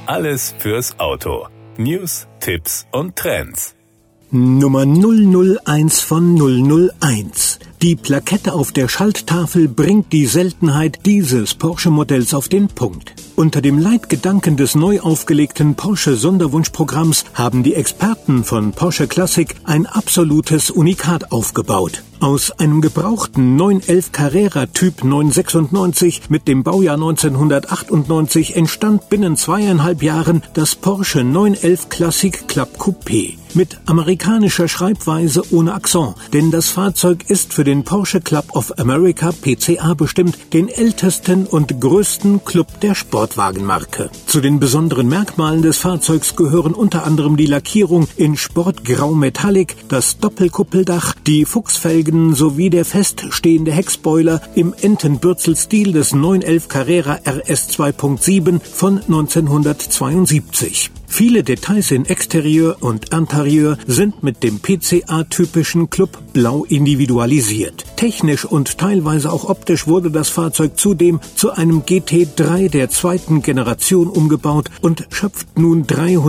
Alles fürs Auto. News, Tipps und Trends. Nummer 001 von 001. Die Plakette auf der Schalttafel bringt die Seltenheit dieses Porsche-Modells auf den Punkt. Unter dem Leitgedanken des neu aufgelegten Porsche-Sonderwunschprogramms haben die Experten von Porsche Classic ein absolutes Unikat aufgebaut. Aus einem gebrauchten 911 Carrera Typ 996 mit dem Baujahr 1998 entstand binnen 2,5 Jahren das Porsche 911 Classic Club Coupé. Mit amerikanischer Schreibweise ohne Akzent, denn das Fahrzeug ist für den Porsche Club of America PCA bestimmt, den ältesten und größten Club der Sportwagenmarke. Zu den besonderen Merkmalen des Fahrzeugs gehören unter anderem die Lackierung in Sportgrau Metallic, das Doppelkuppeldach, die Fuchsfelgen sowie der feststehende Heckspoiler im Entenbürzel-Stil des 911 Carrera RS 2.7 von 1972. Viele Details in Exterieur und Interieur sind mit dem PCA-typischen Club Blau individualisiert. Technisch und teilweise auch optisch wurde das Fahrzeug zudem zu einem GT3 der zweiten Generation umgebaut und schöpft nun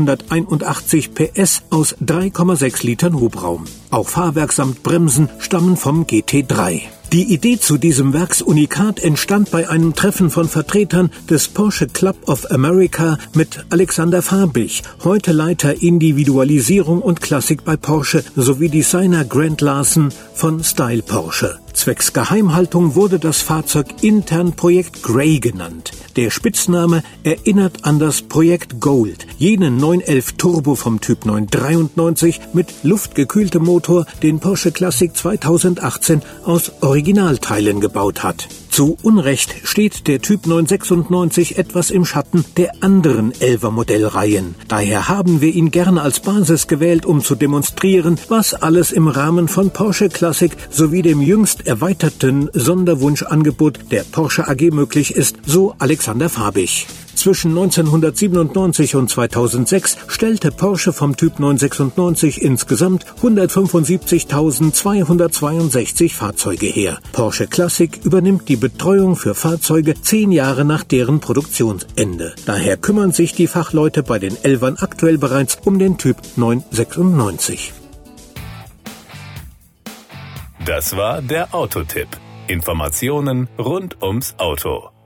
381 PS aus 3,6 Litern Hubraum. Auch Fahrwerk samt Bremsen stammen vom GT3. Die Idee zu diesem Werksunikat entstand bei einem Treffen von Vertretern des Porsche Club of America mit Alexander Farbig, heute Leiter Individualisierung und Klassik bei Porsche, sowie Designer Grant Larson von Style Porsche. Zwecks Geheimhaltung wurde das Fahrzeug intern Projekt Grey genannt. Der Spitzname erinnert an das Projekt Gold, jenen 911 Turbo vom Typ 993 mit luftgekühltem Motor, den Porsche Classic 2018 aus Originalteilen gebaut hat. Zu Unrecht steht der Typ 996 etwas im Schatten der anderen 11er Modellreihen. Daher haben wir ihn gerne als Basis gewählt, um zu demonstrieren, was alles im Rahmen von Porsche Classic sowie dem jüngst erweiterten Sonderwunschangebot der Porsche AG möglich ist, so Alexander Farbig. Zwischen 1997 und 2006 stellte Porsche vom Typ 996 insgesamt 175.262 Fahrzeuge her. Porsche Classic übernimmt die Betreuung für Fahrzeuge 10 Jahre nach deren Produktionsende. Daher kümmern sich die Fachleute bei den Elfern aktuell bereits um den Typ 996. Das war der Autotipp. Informationen rund ums Auto.